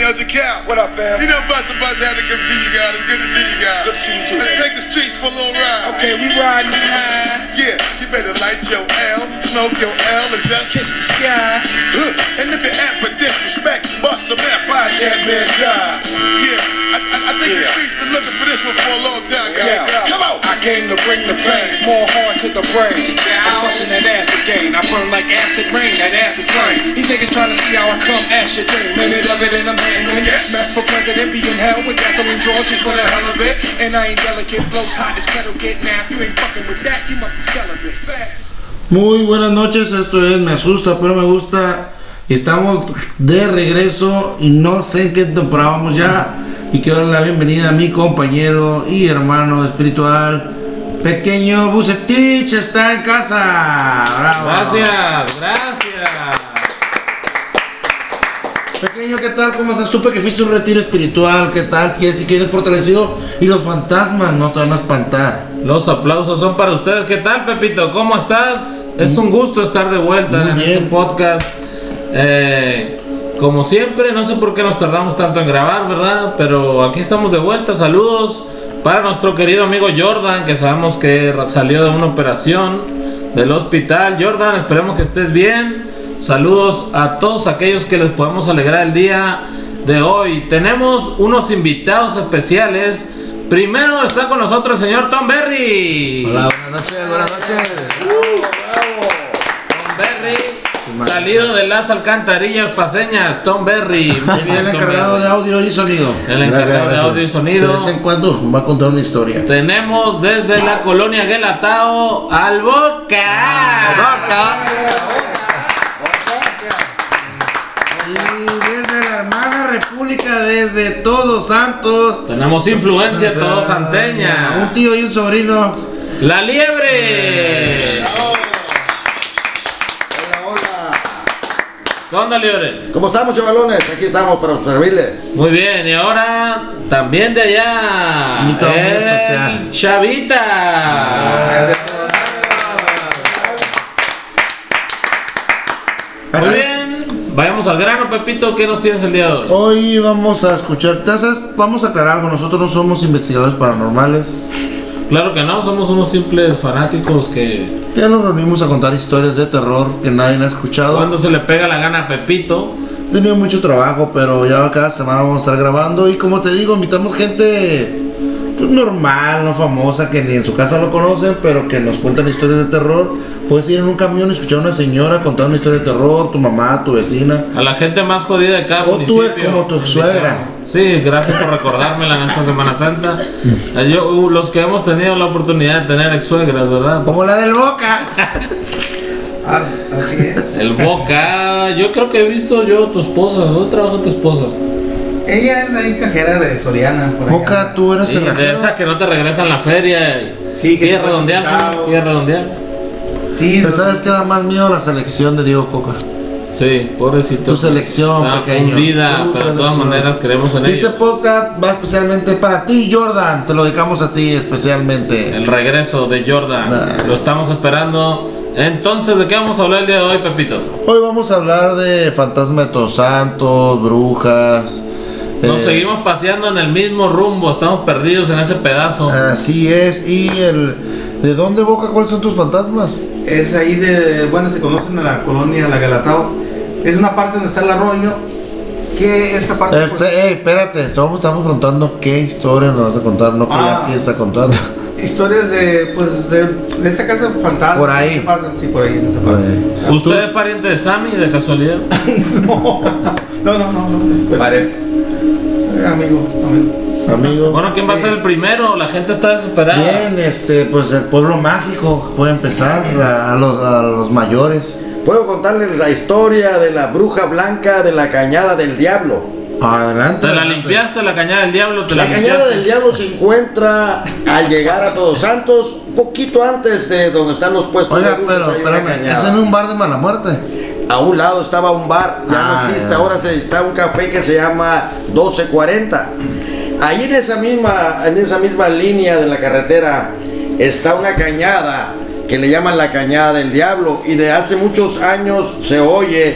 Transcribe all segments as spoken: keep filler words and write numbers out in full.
Elgin Cap. What up, fam? You know Busta Buzz had to come see you guys. It's good to see you guys. Good to see you too. Let's take the streets for a little ride. Okay, we riding high. Yeah, you better light your L, smoke your L, and just kiss the sky. Uh, and if you're at for disrespect, bust some F. Why that man die? Yeah, I, I, I think yeah. the streets been looking for this one for a long time, guys. Yeah, yeah. Come on. I came to bring the pain, more hard to the brain. I'm crushing that ass again. I burn like acid rain, that ass is flame. These niggas trying to see how I come at your thing. Minute of it and I'm hitting it. Yes. Meth for president, be in hell with gasoline George just for the hell of it. And I ain't delicate, flows hot as kettle get now. If you ain't fucking with that, you must be celibate. Fast. Muy buenas noches, esto es Me Asusta pero Me Gusta. Estamos de regreso y no sé en qué temporada vamos ya. Y quiero dar la bienvenida a mi compañero y hermano espiritual, Pequeño Bucetich, está en casa. ¡Bravo! Gracias, gracias. Pequeño, ¿qué tal? ¿Cómo estás? Supe que fuiste a un retiro espiritual. ¿Qué tal? ¿Quieres, si quieres fortalecido? Y los fantasmas no te van a espantar. Los aplausos son para ustedes. ¿Qué tal, Pepito? ¿Cómo estás? Es un gusto estar de vuelta Muy en bien. este podcast. Eh, como siempre, no sé por qué nos tardamos tanto en grabar, ¿verdad? Pero aquí estamos de vuelta. Saludos para nuestro querido amigo Jordan, que sabemos que salió de una operación del hospital. Jordan, esperemos que estés bien. Saludos a todos aquellos que les podemos alegrar el día de hoy. Tenemos unos invitados especiales. Primero está con nosotros el señor Tom Berry. Hola, buenas noches, buenas noches. Uh, bravo. Tom Berry, salido de las alcantarillas paseñas. Tom Berry. Muy bien, el Tom encargado Berry. de audio y sonido. El encargado Gracias, de gracias. audio y De sonido. vez en cuando va a contar una historia. Tenemos desde la colonia Guelatao al Boca. Boca. Y desde la hermana república, desde Todos Santos, Tenemos influencia todo santeña. un tío y un sobrino. La Liebre. Hola, hola. ¿Qué onda, Liebre? ¿Cómo estamos, chavalones? Aquí estamos para servirles. Muy bien, y ahora también de allá, Invitado muy el especial. Chavita. Muy Así es. bien, vayamos al grano, Pepito. ¿Qué nos tienes el día de hoy? Hoy vamos a escuchar, ¿te sabes? Vamos a aclarar algo, nosotros no somos investigadores paranormales. Claro que no, somos unos simples fanáticos que Ya nos reunimos a contar historias de terror que nadie ha escuchado. cuando se le pega la gana a Pepito. He tenido mucho trabajo, pero ya cada semana vamos a estar grabando. Y como te digo, invitamos gente pues, normal, no famosa, que ni en su casa lo conocen, pero que nos cuentan historias de terror. Puedes ir en un camión y escuchar a una señora contar una historia de terror, tu mamá, tu vecina. A la gente más jodida de cada O tú, municipio. como tu suegra. Sí, gracias por recordármela en esta Semana Santa. Yo, uh, los que hemos tenido la oportunidad de tener ex suegras, ¿verdad? Como la del Boca. Ah, así es. El Boca, yo creo que he visto yo a tu esposa. ¿Dónde trabaja tu esposa? Ella es ahí cajera de Soriana. Por allá. Boca, tú eres Sí, el de rajero. esas que no te regresan la feria. y Sí, que quiere se ponen redondear, sí, centavos. quiere redondear. Sí, Pero los- ¿sabes qué da más miedo? La selección de Diego Coca. Sí, pobrecito. Tu selección, Está pequeño. hundida, Tu pero de todas selección. maneras creemos en Este ello. podcast va especialmente para ti, Jordan. Te lo dedicamos a ti especialmente. El regreso de Jordan. Nah. Lo estamos esperando. Entonces, ¿de qué vamos a hablar el día de hoy, Pepito? Hoy vamos a hablar de fantasmas de Todos Santos, brujas. Nos eh, seguimos paseando en el mismo rumbo, estamos perdidos en ese pedazo. Así es. Y el ¿de dónde, Boca? ¿Cuáles son tus fantasmas? es ahí de, bueno, se conocen a la colonia La Galatao. Es una parte donde está el arroyo. Que esa parte. Eh, pues, esp- eh, espérate, estamos, estamos contando qué historia nos vas a contar, no que ya Ah. empieza contando. historias de, pues, de, de esa casa fantasma. Por ahí. que pasan, sí, por ahí, en esa parte. ¿Usted es pariente de Sammy de casualidad? no, no, no, no, no. Parece. Eh, amigo, amigo. Amigo. Bueno, ¿quién va a Sí. ser el primero? La gente está desesperada. Bien, este, pues el pueblo mágico puede empezar a, a los, a los mayores. Puedo contarles la historia de la bruja blanca de la Cañada del Diablo. Adelante. ¿Te la adelante. limpiaste la cañada del diablo? ¿Te la, La Cañada limpiaste? del Diablo se encuentra al llegar a Todos Santos, un poquito antes de donde están los puestos Oiga, de dulces, pero hay una espérame, cañada. es en un bar de mala muerte. A un lado estaba un bar, ya Ah, no existe, ya. ahora se está un café que se llama doce cuarenta. Ahí en esa misma, en esa misma línea de la carretera está una cañada que le llaman la Cañada del Diablo, y de hace muchos años se oye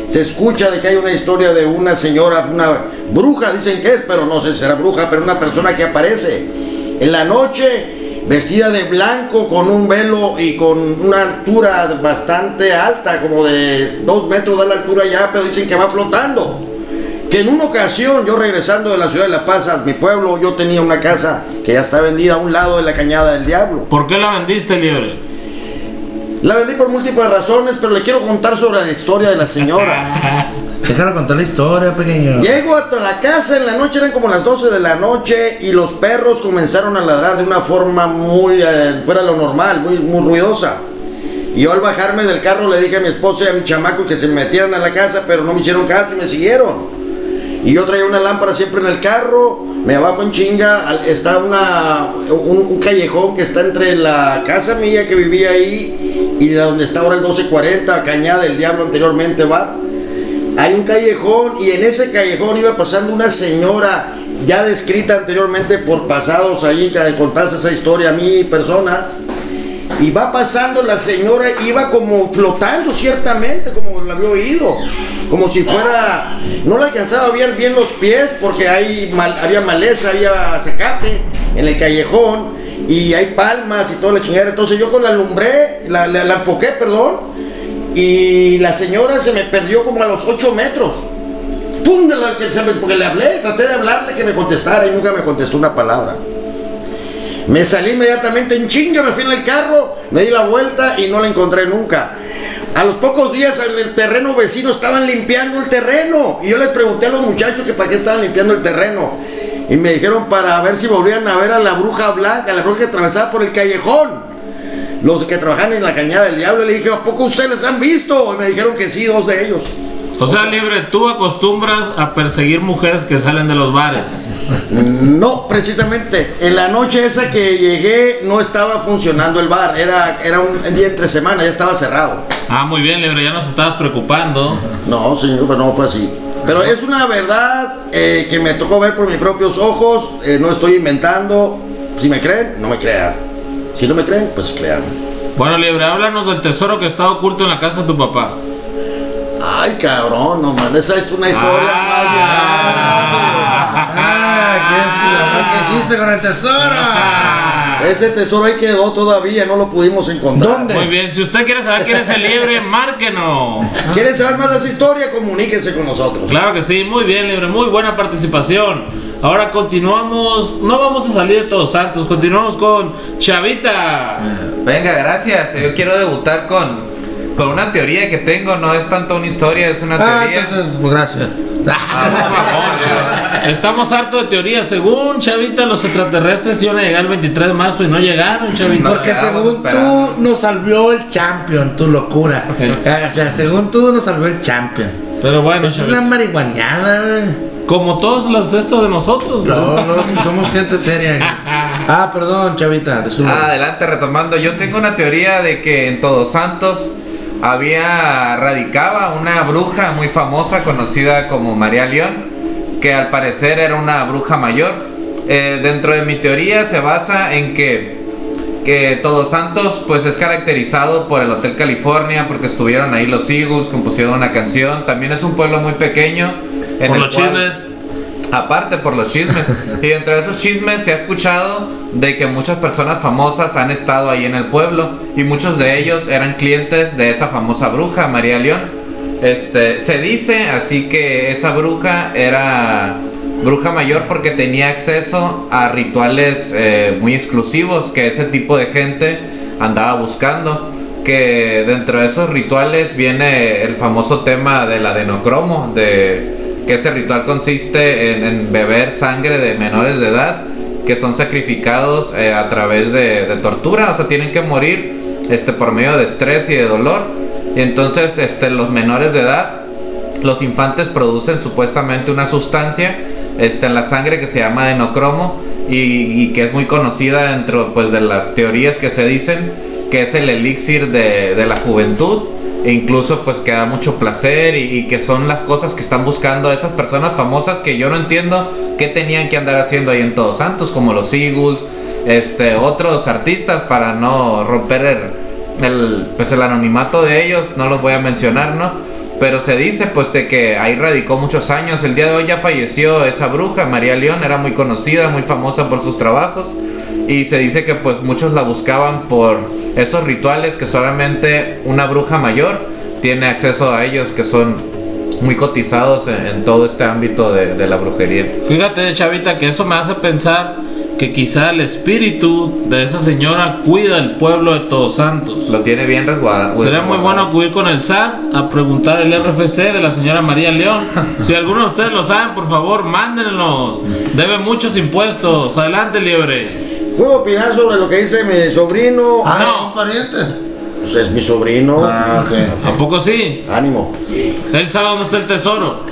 se escucha de que hay una historia de una señora, una bruja, dicen que es, pero no sé si será bruja, pero una persona que aparece en la noche vestida de blanco con un velo y con una altura bastante alta, como de dos metros de la altura ya, pero dicen que va flotando. Que en una ocasión, yo regresando de la ciudad de La Paz a mi pueblo, yo tenía una casa que ya está vendida a un lado de la Cañada del Diablo. ¿Por qué la vendiste, Liebre? La vendí por múltiples razones, pero le quiero contar sobre la historia de la señora. Déjala contar la historia, pequeño. Llego hasta la casa en la noche, eran como las doce de la noche, y los perros comenzaron a ladrar de una forma muy eh, fuera de lo normal, muy, muy ruidosa. Y yo al bajarme del carro le dije a mi esposa y a mi chamaco que se metieran a la casa, pero no me hicieron caso y me siguieron. Y yo traía una lámpara siempre en el carro, me bajo en chinga, está una, un, un callejón que está entre la casa mía que vivía ahí y donde está ahora el doce cuarenta, Cañada del Diablo anteriormente va. Hay un callejón y en ese callejón iba pasando una señora ya descrita anteriormente por pasados ahí, que contaste esa historia a mi persona. Y va pasando la señora, iba como flotando ciertamente, como la había oído, como si fuera, no la alcanzaba a ver bien los pies porque hay mal, había maleza, había zacate en el callejón y hay palmas y toda la chingada. Entonces yo con la alumbré, la, la, la enfoqué, perdón, y la señora se me perdió como a los ocho metros. ¡Pum! Porque le hablé, traté de hablarle que me contestara y nunca me contestó una palabra. Me salí inmediatamente en chinga, me fui en el carro, me di la vuelta y no la encontré nunca. A los pocos días en el terreno vecino estaban limpiando el terreno y yo les pregunté a los muchachos que para qué estaban limpiando el terreno y me dijeron para ver si volvían a ver a la bruja blanca, a la bruja que atravesaba por el callejón, los que trabajan en la Cañada del Diablo. Y le dije, ¿a poco ustedes les han visto? Y me dijeron que sí, dos de ellos. O sea, Liebre, tú acostumbras a perseguir mujeres que salen de los bares. No, precisamente. En la noche esa que llegué no estaba funcionando el bar. Era, era un día entre semana, ya estaba cerrado. Ah, muy bien, Liebre, ya nos estabas preocupando. No, señor, pero no fue así. Pero es una verdad eh, que me tocó ver por mis propios ojos. Eh, no estoy inventando. Si me creen, no me crean. Si no me creen, pues crean. Bueno, Liebre, háblanos del tesoro que está oculto en la casa de tu papá. Ay, cabrón, no man, esa es una historia ah, más grande. Ah, ¿qué, es, ¿qué hiciste con el tesoro? Ese tesoro ahí quedó todavía, no lo pudimos encontrar. ¿Dónde? Muy bien, si usted quiere saber quién es el Liebre, márquenos. ¿Quieren saber más de esa historia? Comuníquense con nosotros. Claro que sí, muy bien, Liebre, muy buena participación. Ahora continuamos, no vamos a salir de Todos Santos, continuamos con Chavita. Venga, gracias. Yo quiero debutar con Con una teoría que tengo, no es tanto una historia, es una Ah, teoría. entonces, pues, gracias. Ah, por favor, Chavita. Estamos hartos de teorías. Según Chavita, los extraterrestres iban a llegar el veintitrés de marzo y no llegaron, Chavita. Porque quedamos según esperando. tú nos salvó el champion, tu locura. O sea, según tú nos salvó el champion. Pero bueno, Eso es la Chavita, marihuaneada, güey. como todos los estos de nosotros. No, no, si somos gente seria. Ah, perdón, Chavita, disculpa. Ah, adelante, retomando. Yo tengo una teoría de que en Todos Santos había radicaba una bruja muy famosa conocida como María León, que al parecer era una bruja mayor. Eh, dentro de mi teoría se basa en que, que Todos Santos pues es caracterizado por el Hotel California, porque estuvieron ahí los Eagles, compusieron una canción. También es un pueblo muy pequeño. En Por el los cual- chismes. Aparte por los chismes. Y dentro de esos chismes se ha escuchado de que muchas personas famosas han estado ahí en el pueblo y muchos de ellos eran clientes de esa famosa bruja, María León. Este, se dice así que esa bruja era bruja mayor porque tenía acceso a rituales eh, muy exclusivos que ese tipo de gente andaba buscando. Que dentro de esos rituales viene el famoso tema del adenocromo, de que ese ritual consiste en, en beber sangre de menores de edad que son sacrificados eh, a través de, de tortura, o sea, tienen que morir este, por medio de estrés y de dolor. Y entonces este, los menores de edad, los infantes producen supuestamente una sustancia este, en la sangre que se llama adenocromo y, y que es muy conocida dentro pues, de las teorías que se dicen que es el elixir de, de la juventud. E incluso pues que da mucho placer y, y que son las cosas que están buscando esas personas famosas que yo no entiendo qué tenían que andar haciendo ahí en Todos Santos, como los Eagles, este, otros artistas, para no romper el, el, pues el anonimato de ellos, no los voy a mencionar, ¿no? pero se dice pues de que ahí radicó muchos años. El día de hoy ya falleció esa bruja, María León, era muy conocida, muy famosa por sus trabajos, y se dice que pues muchos la buscaban por esos rituales que solamente una bruja mayor tiene acceso a ellos, que son muy cotizados en, en todo este ámbito de, de la brujería. Fíjate, chavita, que eso me hace pensar que quizá el espíritu de esa señora cuida el pueblo de Todos Santos. Lo tiene bien resguardado. Sería muy bueno acudir con el S A T a preguntar el R F C de la señora María León. Si alguno de ustedes lo saben, por favor, mándenlos. Debe muchos impuestos. Adelante, liebre. ¿Puedo opinar sobre lo que dice mi sobrino? Ah, No. ¿es un pariente? Pues es mi sobrino. Ah, ok. ¿A poco sí? Ánimo. Él sabe dónde está el tesoro.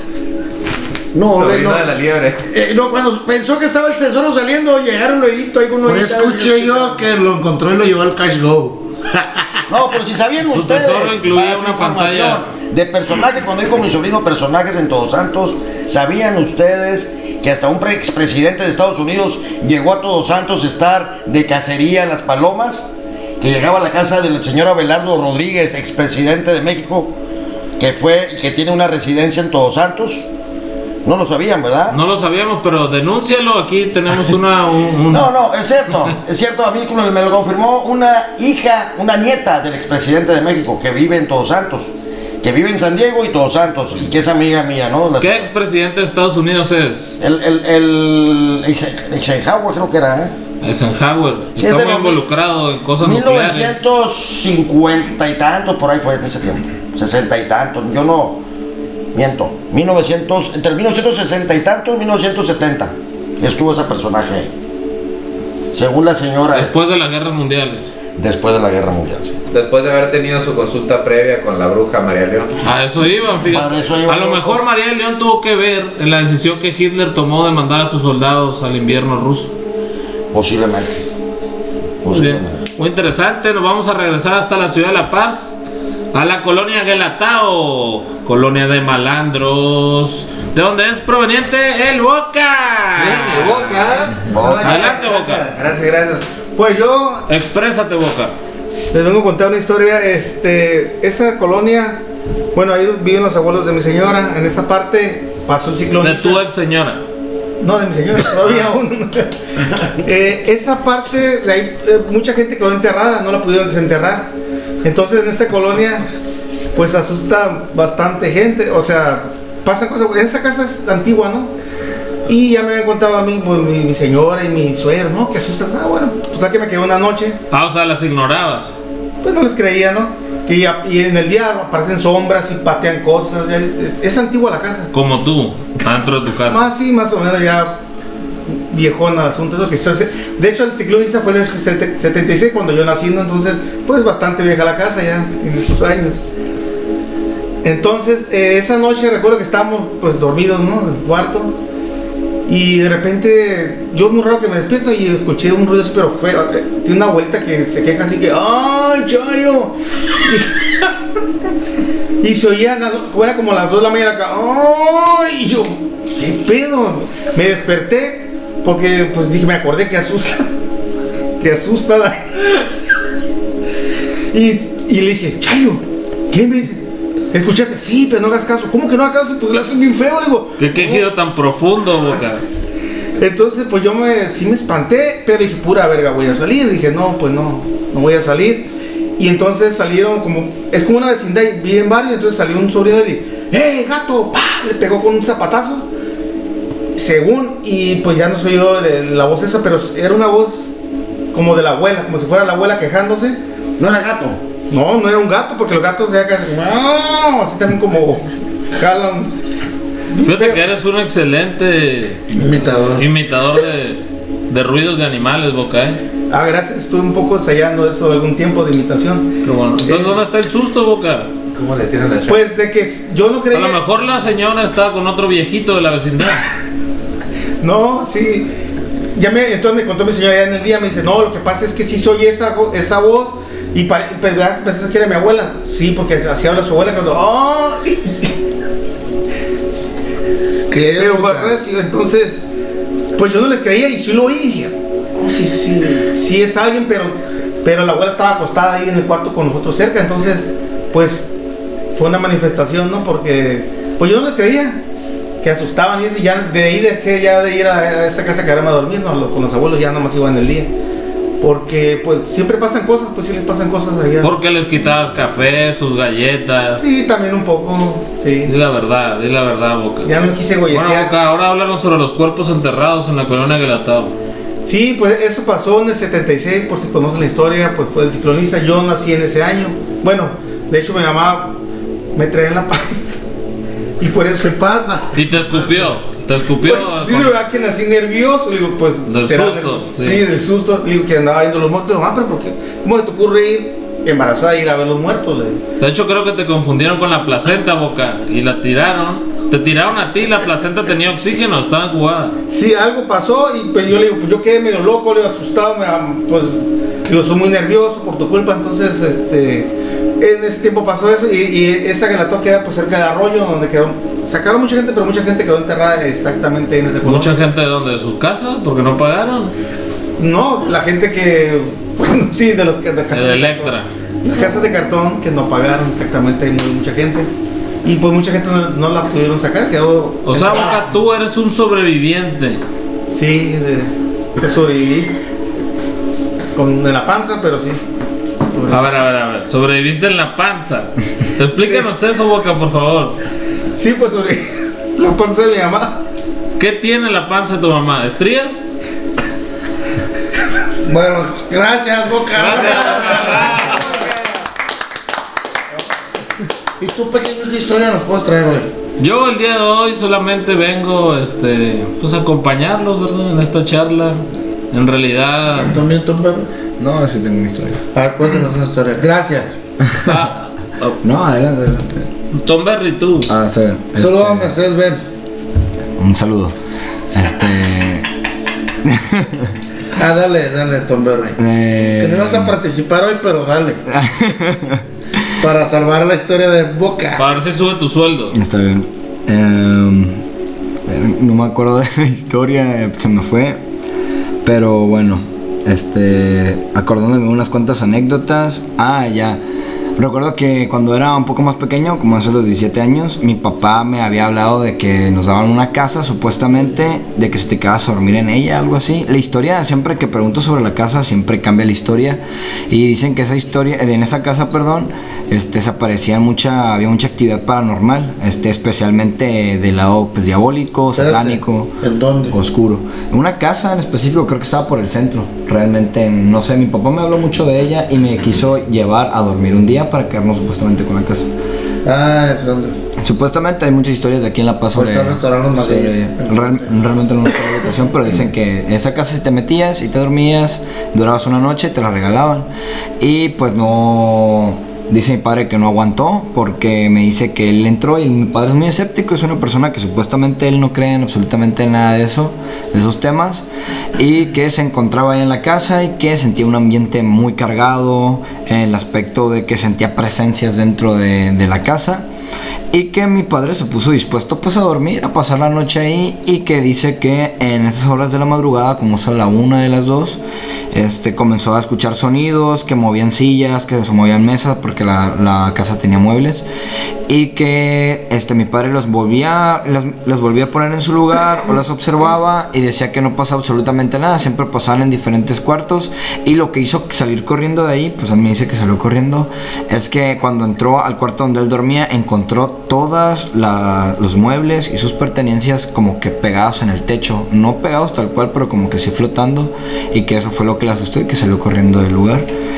No, le- Sobrino no. de la liebre. Eh, no, cuando pensó que estaba el tesoro saliendo, llegaron luego ahí con Por una eso escuché yo que lo encontró y lo llevó al Cash Go. No, pero si sabían Su ustedes, tesoro incluía para su una información, pantalla. de personaje, cuando dijo mi sobrino personajes en Todos Santos, ¿sabían ustedes que hasta un pre- expresidente de Estados Unidos llegó a Todos Santos a estar de cacería en Las Palomas? Que llegaba a la casa del señor Abelardo Rodríguez, expresidente de México, que fue, que tiene una residencia en Todos Santos. No lo sabían, ¿verdad? No lo sabíamos, pero denúncialo. Aquí tenemos una... Un, un- No, no, es cierto, es cierto, a mí me lo confirmó una hija, una nieta del expresidente de México que vive en Todos Santos, que vive en San Diego y Todos Santos, y que es amiga mía, ¿no? La- ¿Qué expresidente de Estados Unidos es? El, el, el Eisen- Eisenhower creo que era, ¿eh? Eisenhower. Sí, Está es de muy los involucrado en cosas mil nucleares. novecientos cincuenta y tantos, por ahí fue en ese tiempo, sesenta y tantos, yo no, miento, mil novecientos, entre mil novecientos sesenta y tantos y mil novecientos setenta, estuvo ese personaje ahí, según la señora, Después de las guerras mundiales. después de la Guerra Mundial, sí. Después de haber tenido su consulta previa con la bruja María León. A eso iban, fíjate. Para eso iban A lo los mejor dos. María León tuvo que ver en la decisión que Hitler tomó de mandar a sus soldados al invierno ruso. Posiblemente. Muy bien. Posiblemente. Muy interesante. Nos vamos a regresar hasta la ciudad de La Paz, a la colonia Guelatao, colonia de malandros, de donde es proveniente el Boca. Bien, de Boca. Boca. Adelante, gracias, Boca. Gracias, gracias. Pues yo Exprésate, Boca. les vengo a contar una historia. Este, esa colonia, bueno, ahí viven los abuelos de mi señora. En esa parte pasó el ciclón. De Isa. tu ex señora. No, de mi señora, todavía aún. Eh, esa parte, de ahí, eh, mucha gente quedó enterrada, no la pudieron desenterrar. Entonces en esta colonia, pues asusta bastante gente. O sea, pasan cosas. En esa casa es antigua, ¿no? Y ya me habían contado a mí, pues mi, mi señora y mi suegra, ¿no? Que asustan. Ah, bueno, pues que me quedé una noche. Ah, o sea, las ignorabas. Pues no les creía, ¿no? Que ya- y en el día aparecen sombras y patean cosas. ya- Es, es antigua la casa. Como tú, dentro de tu casa. Más sí, más o menos ya viejona el asunto. Eso que estoy- de hecho, el ciclonista fue en el setenta y seis cuando yo nací, ¿no? Entonces, pues bastante vieja la casa ya, en sus años. Entonces, eh, esa noche recuerdo que estábamos pues dormidos, ¿no? En el cuarto. Y de repente, yo muy raro que me despierto y escuché un ruido así, pero feo. Eh, Tiene una abuelita que se queja así que, ¡ay, Chayo! Y, y se oía, era como las dos de la mañana acá, ¡ay! Y yo, ¿qué pedo? Me desperté porque, pues dije, me acordé que asusta. Que asusta. la- Y, y le dije, Chayo, ¿qué me dice? Escuchate, sí, pero no hagas caso. ¿Cómo que no hagas caso? Pues le haces bien feo, le digo. ¿Qué quejido tan profundo, Boca? Entonces, pues yo me, sí me espanté, pero dije, pura verga, voy a salir. Dije, no, pues no, no voy a salir. Y entonces salieron como, es como una vecindad, y vi en varios, entonces salió un sobrino y le, ¡eh, gato! ¡Pah! Le pegó con un zapatazo. Según, y pues ya no soy yo de la voz esa, pero era una voz como de la abuela, como si fuera la abuela quejándose. No era gato. No, no era un gato, porque los gatos ya casi, ¡no! Así también como jalan. Fíjate que eres un excelente Imitador. imitador de, de ruidos de animales, Boca, ¿eh? Ah, gracias, estuve un poco ensayando eso algún tiempo de imitación. Qué bueno. Entonces, Eh, ¿dónde está el susto, Boca? ¿Cómo le hicieron la show? Pues de que yo no A creía. lo mejor la señora estaba con otro viejito de la vecindad. No, sí. Ya me, entonces me contó mi señora ya en el día, me dice, no, lo que pasa es que sí soy esa, go- esa voz. Y pare- ¿verdad? Pensaste que era mi abuela. Sí, porque así habla su abuela cuando. ¡Ay! ¿Qué? Pero Boca? más recio, entonces, pues yo no les creía y sí lo oí. Y dije, oh, sí, sí, sí es alguien, pero, pero la abuela estaba acostada ahí en el cuarto con nosotros cerca. Entonces, pues fue una manifestación, ¿no? Porque pues yo no les creía, que asustaban y eso, y ya de ahí dejé ya de ir a, a esa casa a quedarme a dormir, ¿no? Con los abuelos ya nomás iba en el día. Porque pues siempre pasan cosas, pues sí les pasan cosas allá. Porque les quitabas café, sus galletas. Sí, también un poco, sí. Di la verdad, di la verdad, Boca. Ya no quise golletear. Bueno, Boca, ahora háblanos sobre los cuerpos enterrados en la colonia Guelatao. Sí, pues eso pasó en el setenta y seis, por si conocen la historia, pues fue el ciclonista. Yo nací en ese año. Bueno, de hecho mi mamá me traía en la panza. Y por eso se pasa. Y te escupió. Te escupió. Pues, dice, ¿verdad? Que nací nervioso. Digo, pues. Del susto. Del, sí. sí, del susto. Digo, que andaba viendo los muertos. Digo, ah, pero ¿por qué? ¿Cómo te ocurre ir embarazada e ir a ver los muertos? Le? De hecho, creo que te confundieron con la placenta, Boca. Y la tiraron. Te tiraron a ti. La placenta tenía oxígeno. Estaba incubada. Sí, algo pasó. Y pues yo le digo, pues yo quedé medio loco, le digo, asustado. Me, pues, digo, soy muy nervioso por tu culpa. Entonces, este. En ese tiempo pasó eso. Y, y esa Guelatao queda pues cerca del arroyo donde quedó. Sacaron mucha gente, pero mucha gente quedó enterrada exactamente en ese pueblo. ¿Mucha gente de dónde? ¿De su casa? ¿Porque no pagaron? No, la gente que... Bueno, sí, de los que... De, de, de Electra. Las casas de cartón que no pagaron exactamente, hay mucha gente. Y pues mucha gente no, no la pudieron sacar, quedó... O sea, Boca, tú eres un sobreviviente. Sí, de, de sobreviví. Con, en la panza, pero sí. A ver, a ver, a ver. Sobreviviste en la panza. Explícanos eso, Boca, por favor. Sí, pues sobre la panza de mi mamá. ¿Qué tiene la panza de tu mamá? ¿Estrías? Bueno, gracias, Boca. Gracias. ¿Y tú, pequeño, qué historia nos puedes traer hoy? Yo el día de hoy solamente vengo, este, pues a acompañarlos, ¿verdad? En esta charla. En realidad... ¿También tú, Pepe? No, sí tengo una historia. Ah, cuéntanos una historia. Gracias. Ah, oh. No, adelante, adelante. Tom Berry, tú. Ah, sí. Solo a Mercedes, ven. Un saludo. Este. Ah, dale, dale, Tom Berry. Eh... Que no vas a participar hoy, pero dale. Para salvar la historia de Boca. Para ver si sube tu sueldo. Está bien. Eh, no me acuerdo de la historia, se me fue. Pero bueno, este. Acordándome de unas cuantas anécdotas. Ah, ya. Recuerdo que cuando era un poco más pequeño, como hace los diecisiete años, mi papá me había hablado de que nos daban una casa, supuestamente, de que si te quedabas a dormir en ella, algo así. La historia, siempre que pregunto sobre la casa, siempre cambia la historia. Y dicen que esa historia, en esa casa, perdón, este, se aparecía mucha, había mucha actividad paranormal, este, especialmente del lado pues, diabólico, satánico, ¿en dónde? Oscuro. En una casa en específico, creo que estaba por el centro. Realmente, no sé, mi papá me habló mucho de ella y me quiso llevar a dormir un día para quedarnos supuestamente con la casa. Ah, es donde. Supuestamente hay muchas historias de aquí en La Paz sobre, pues sobre real, realmente no me acuerdo la educación, pero dicen que en esa casa si te metías y te dormías, durabas una noche, te la regalaban. Y pues no, dice mi padre que no aguantó porque me dice que él entró y mi padre es muy escéptico, es una persona que supuestamente él no cree en absolutamente nada de eso, de esos temas, y que se encontraba ahí en la casa y que sentía un ambiente muy cargado en el aspecto de que sentía presencias dentro de, de la casa. Y que mi padre se puso dispuesto pues a dormir, a pasar la noche ahí, y que dice que en esas horas de la madrugada, como son la una de las dos, este, comenzó a escuchar sonidos, que movían sillas, que se movían mesas, porque la, la casa tenía muebles, y que este, mi padre las volvía, las, las volvía a poner en su lugar, o las observaba, y decía que no pasaba absolutamente nada, siempre pasaban en diferentes cuartos, y lo que hizo salir corriendo de ahí, pues a mí dice que salió corriendo, es que cuando entró al cuarto donde él dormía, encontró todas la, los muebles y sus pertenencias como que pegados en el techo, no pegados tal cual, pero como que sí flotando, y que eso fue lo que le asustó y que salió corriendo del lugar.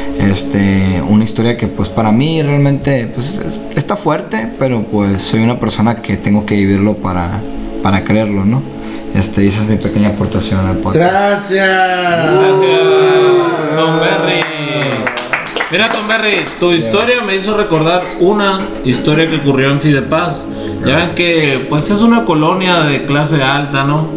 Este, una historia que pues para mí realmente pues está fuerte, pero pues soy una persona que tengo que vivirlo para, para creerlo, ¿no? Este, esa es mi pequeña aportación al podcast. Gracias. Gracias, Tom Berry. Mira, Tom Berry, tu historia me hizo recordar una historia que ocurrió en Fidepaz. Ya ven que pues es una colonia de clase alta, ¿no?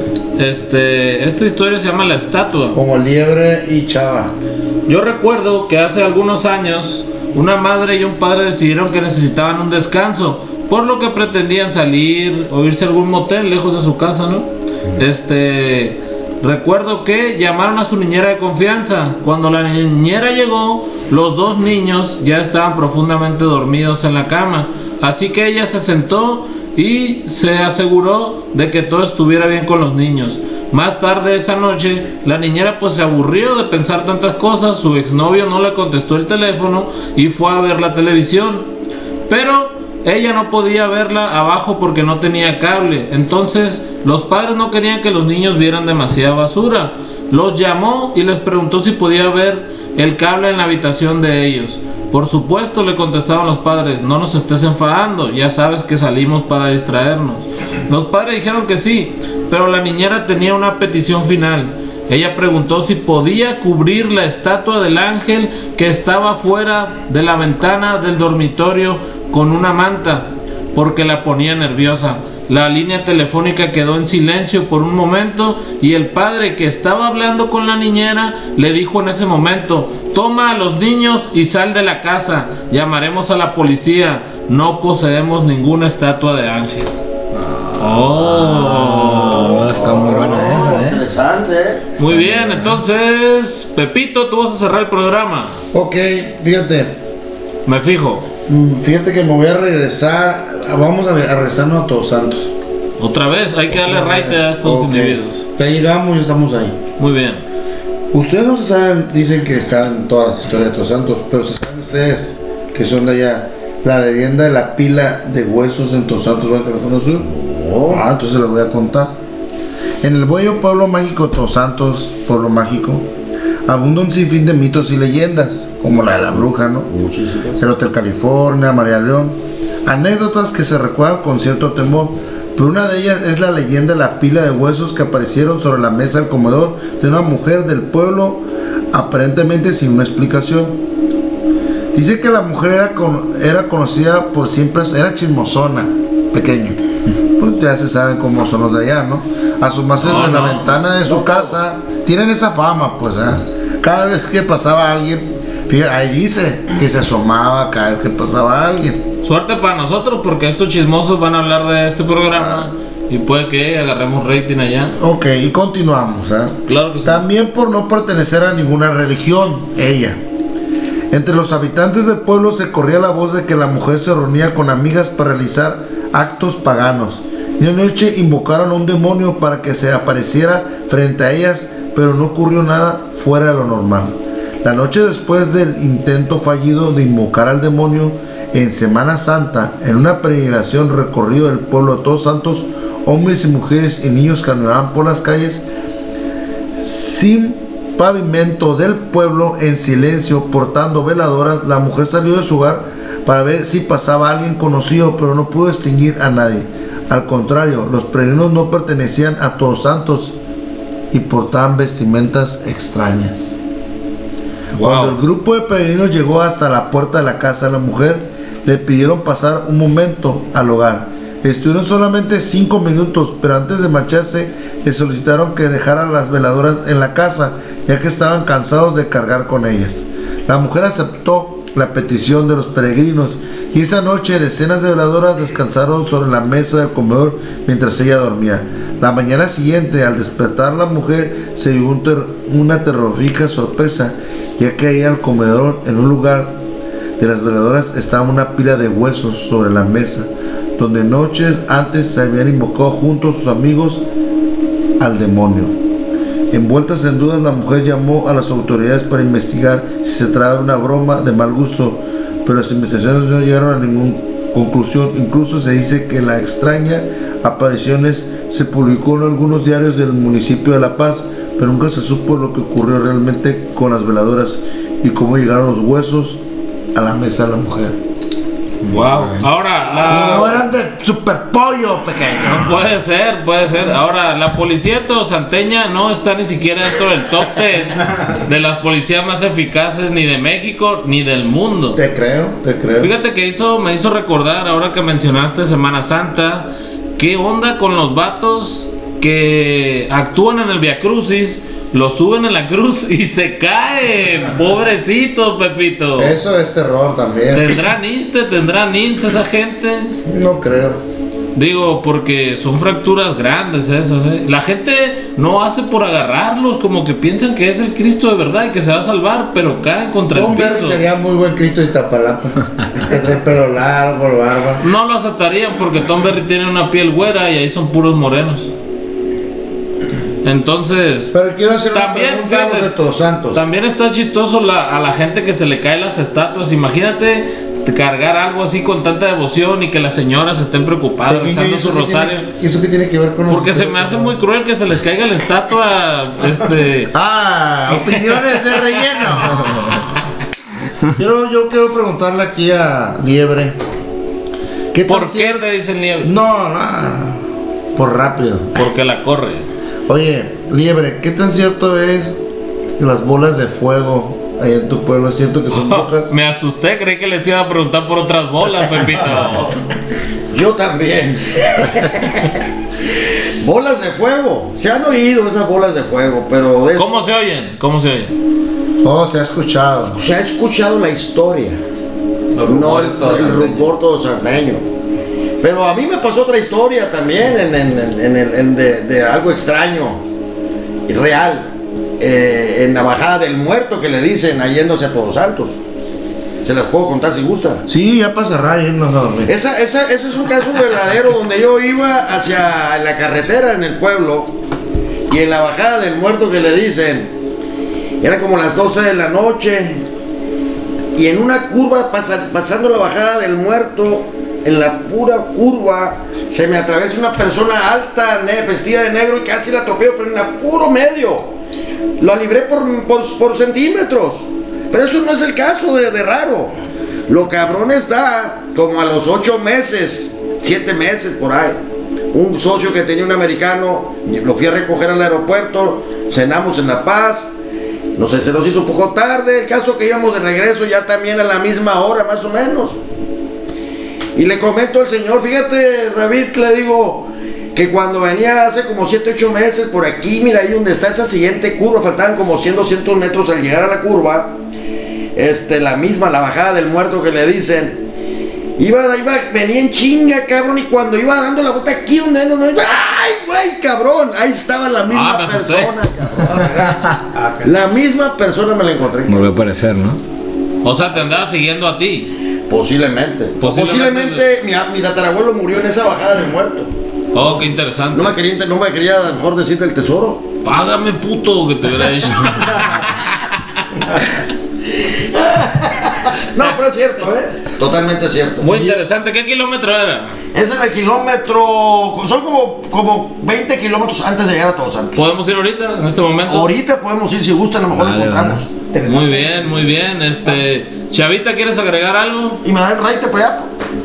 Este, esta historia se llama La Estatua. Como Liebre y Chava. Yo recuerdo que hace algunos años una madre y un padre decidieron que necesitaban un descanso, por lo que pretendían salir o irse a algún motel lejos de su casa, ¿no? Este, Recuerdo que llamaron a su niñera de confianza. Cuando la niñera llegó, los dos niños ya estaban profundamente dormidos en la cama. Así que ella se sentó y se aseguró de que todo estuviera bien con los niños. Más tarde esa noche, la niñera pues se aburrió de pensar tantas cosas. Su exnovio no le contestó el teléfono y fue a ver la televisión. Pero ella no podía verla abajo porque no tenía cable. Entonces los padres no querían que los niños vieran demasiada basura. Los llamó y les preguntó si podía ver el cable en la habitación de ellos. Por supuesto, le contestaron los padres: no nos estés enfadando, ya sabes que salimos para distraernos. Los padres dijeron que sí, pero la niñera tenía una petición final. Ella preguntó si podía cubrir la estatua del ángel que estaba fuera de la ventana del dormitorio con una manta, porque la ponía nerviosa. La línea telefónica quedó en silencio por un momento y el padre, que estaba hablando con la niñera, le dijo en ese momento: toma a los niños y sal de la casa, llamaremos a la policía, no poseemos ninguna estatua de ángel. Oh, está muy buena esa, ¿eh? Interesante, ¿eh? Muy bien, entonces, Pepito, tú vas a cerrar el programa. Ok, fíjate. Me fijo. Mm, Fíjate que me voy a regresar. Vamos a, a regresarnos a Todos Santos. Otra vez, hay que darle raite a estos Ok. individuos. Ya llegamos y estamos ahí. Muy bien. Ustedes no se saben, dicen que saben todas las historias de Todos Santos, pero se saben ustedes que son de allá. La leyenda de la pila de huesos en Todos Santos, ¿verdad que lo conocen? Oh. Ah, entonces les voy a contar. En el bello pueblo mágico Todos Santos, pueblo mágico, abunda un sinfín de mitos y leyendas, como la de la bruja, ¿no? Muchísimas. El Hotel California, María León. Anécdotas que se recuerdan con cierto temor, pero una de ellas es la leyenda de la pila de huesos que aparecieron sobre la mesa del comedor de una mujer del pueblo, aparentemente sin una explicación. Dice que la mujer era, con, era conocida por siempre, era chismosona, pequeña. Pues ya se saben cómo son los de allá, ¿no? Asomarse No, en la no. ventana de su casa, tienen esa fama, pues, ¿eh? Cada vez que pasaba alguien, fíjate, ahí dice que se asomaba cada vez que pasaba alguien. Suerte para nosotros, porque estos chismosos van a hablar de este programa y puede que agarremos rating allá. Ok, y continuamos, ¿eh? Claro que sí. También por no pertenecer a ninguna religión, ella. Entre los habitantes del pueblo se corría la voz de que la mujer se reunía con amigas para realizar actos paganos. Y una noche invocaron a un demonio para que se apareciera frente a ellas, pero no ocurrió nada fuera de lo normal. La noche después del intento fallido de invocar al demonio, en Semana Santa, en una peregrinación recorrido del pueblo de Todos Santos, hombres y mujeres y niños caminaban por las calles sin pavimento del pueblo en silencio, portando veladoras. La mujer salió de su hogar para ver si pasaba alguien conocido, pero no pudo distinguir a nadie. Al contrario, los peregrinos no pertenecían a Todos Santos y portaban vestimentas extrañas. Cuando el grupo de peregrinos llegó hasta la puerta de la casa de la mujer, le pidieron pasar un momento al hogar. Estuvieron solamente cinco minutos, pero antes de marcharse le solicitaron que dejara las veladoras en la casa, ya que estaban cansados de cargar con ellas. La mujer aceptó la petición de los peregrinos y esa noche decenas de veladoras descansaron sobre la mesa del comedor mientras ella dormía. La mañana siguiente, al despertar, la mujer se dio un ter- una terrorífica sorpresa, ya que ahí al comedor, en un lugar de las veladoras, estaba una pila de huesos sobre la mesa, donde noches antes se habían invocado junto a sus amigos al demonio. Envueltas en dudas, la mujer llamó a las autoridades para investigar si se trataba de una broma de mal gusto, pero las investigaciones no llegaron a ninguna conclusión. Incluso se dice que la extraña apariciones se publicó en algunos diarios del municipio de La Paz, pero nunca se supo lo que ocurrió realmente con las veladoras y cómo llegaron los huesos a la mesa de la mujer. Wow. Ahora, la... No eran de super pollo pequeño. Puede ser, puede ser. Ahora, la policía todosanteña no está ni siquiera dentro del top ten de las policías más eficaces ni de México ni del mundo. Te creo, te creo. Fíjate que hizo, me hizo recordar, ahora que mencionaste Semana Santa, ¿qué onda con los vatos que actúan en el Via Crucis, los suben en la cruz y se caen? Pobrecitos, Pepito. Eso es terror también. ¿Tendrán I S S S T E? ¿Tendrán I M S S esa gente? No creo. Digo, porque son fracturas grandes esas, ¿eh? La gente no hace por agarrarlos, como que piensan que es el Cristo de verdad y que se va a salvar, pero caen contra Tom el Berry piso. sería muy buen Cristo de Iztapalapa. Que trae pelo largo, barba. No lo aceptarían porque Tom Berry tiene una piel güera y ahí son puros morenos. Entonces, Pero quiero hacer también, una pregunta a los fíjate, de Todos Santos. también está chistoso la, a la gente que se le caen las estatuas. Imagínate cargar algo así con tanta devoción y que las señoras estén preocupadas Pequeño, rezando ¿y eso su qué rosario. tiene- ¿Y eso qué tiene que ver con los Porque se me hace muy cruel que se les caiga la estatua. Este. Ah, opiniones de relleno. Yo, yo quiero preguntarle aquí a Liebre. ¿Qué tan ¿Por qué cierto- te dicen nieve? No, no, por rápido. Porque la corre. Oye, Liebre, ¿qué tan cierto es que las bolas de fuego allá en tu pueblo es cierto que son brujas? Me asusté, creí que les iba a preguntar por otras bolas, Pepito. Yo también. Bolas de fuego. Se han oído esas bolas de fuego, pero de eso ¿Cómo se oyen? ¿Cómo se oyen? Oh, se ha escuchado. se ha escuchado la historia. Los No el, rumores todos el salteños. rumor todo sarneño. Pero a mí me pasó otra historia también en, en- en- en el- en de, de algo extraño y real. Eh, en la bajada del muerto que le dicen ahí yéndose a Todos Santos. Se las puedo contar si gusta. Sí, ya para cerrar y irnos a dormir. Esa, esa, ese es un caso verdadero donde yo iba hacia la carretera en el pueblo y en la bajada del muerto que le dicen, era como las doce de la noche y en una curva, pasa- pasando la bajada del muerto, en la pura curva, se me atraviesa una persona alta, ne- vestida de negro y casi la atropello, pero en la puro medio. Lo libré por, por, por centímetros. Pero eso no es el caso de, de raro. Lo cabrón está como a los ocho meses, siete meses por ahí. Un socio que tenía un americano, lo fui a recoger al aeropuerto, cenamos en La Paz. No sé, se nos hizo un poco tarde. El caso que íbamos de regreso ya también a la misma hora, más o menos. Y le comento al señor, fíjate, David, que le digo que cuando venía hace como siete, ocho meses por aquí, mira ahí donde está esa siguiente curva, faltaban como cien, doscientos metros al llegar a la curva, este, la misma, la bajada del muerto que le dicen, iba, iba, venía en chinga, cabrón, y cuando iba dando la vuelta aquí donde no, no, ¡ay, güey, cabrón! Ahí estaba la misma Ah, me asusté. persona, cabrón. La misma persona me la encontré. Volvió a aparecer, ¿no? O sea, te andaba siguiendo a ti. Posiblemente. Posiblemente. Posiblemente mi, mi tatarabuelo murió en esa bajada del muerto. Oh, qué interesante. No me quería, no me quería a lo mejor decir del tesoro. Págame, puto, que te hubiera dicho. No, pero es cierto, ¿eh? Totalmente cierto. Muy interesante. ¿Qué kilómetro era? Ese es el kilómetro. Son como, como veinte kilómetros antes de llegar a Todos Santos. ¿Podemos ir ahorita, en este momento? Ahorita podemos ir si gustan, a lo mejor lo Vale, encontramos. Muy bien, muy bien. Este, Chavita, ¿quieres agregar algo? Y me dan raite para allá.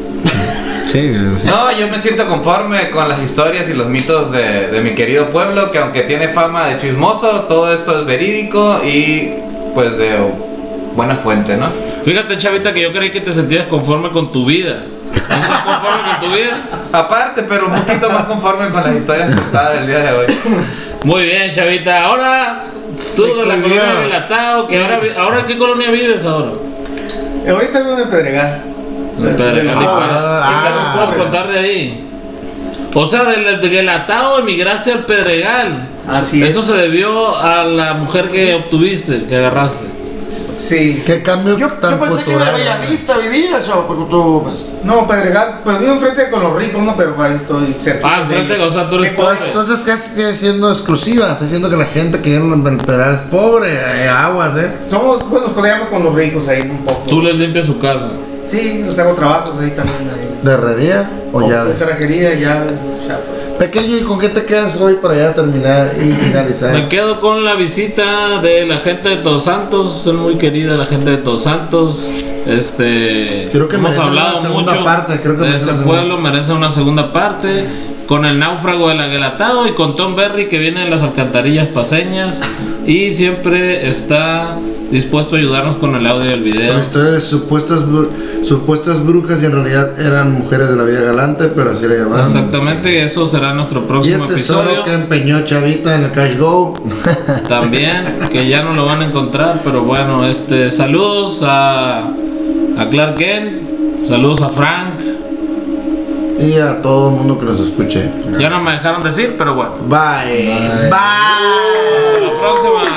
Sí, sí. No, yo me siento conforme con las historias y los mitos de, de mi querido pueblo, que aunque tiene fama de chismoso, todo esto es verídico y pues de buena fuente, ¿no? Fíjate, Chavita, que yo creí que te sentías conforme con tu vida. ¿No estás conforme con tu vida? Aparte, pero un poquito más conforme con las historias contadas del día de hoy. Muy bien, Chavita. Ahora, tú de la cohibió. colonia Relatado, que ahora, vi- ahora ¿en qué colonia vives ahora? Ahorita vivo en Pedregal. En Pedregal. ¿Y cuál- Ah, y qué nos ah, puedes pues. contar de ahí? O sea, del de Relatado emigraste al Pedregal. Así es. Eso se debió a la mujer que obtuviste, que agarraste. Sí. ¿Qué cambio Yo, tan yo pensé que en la cultural? Bellavista vivías, o porque tú. Pues, No, Pedregal, pues vivo enfrente con los ricos, ¿no? Pero ahí estoy cerca. Ah, enfrente, o sea, tú eres pobre. Entonces, ¿qué sigue siendo exclusiva? Está diciendo que la gente que viene a esperar es pobre, eh, aguas, ¿eh? Somos, pues nos codeamos con los ricos ahí un poco. Tú les limpias su casa. Sí, les hago trabajos ahí también. Ahí. ¿De herrería o Oh, llave? de cerrajería, llave, chapa. Pequeño, ¿y con qué te quedas hoy para ya terminar y Me finalizar? quedo con la visita de la gente de Todos Santos, son muy querida la gente de Todos Santos. Este, Creo que hemos merece una hablado segunda mucho parte, creo que de merece ese una segunda. pueblo, merece una segunda parte. Con el náufrago del Aguelatado y con Tom Berry, que viene de las alcantarillas paseñas y siempre está dispuesto a ayudarnos con el audio y el video. La historia de supuestas, bru- supuestas brujas y en realidad eran mujeres de la vida galante, pero así le llamaban. Exactamente, eso será nuestro Y próximo el tesoro episodio. que empeñó Chavita en el Cash Go. También, que ya no lo van a encontrar, pero bueno, este, saludos a, a Clark Kent, saludos a Frank, y a todo el mundo que nos escuche. Ya no me dejaron decir, pero bueno. Bye. Bye. Hasta la próxima.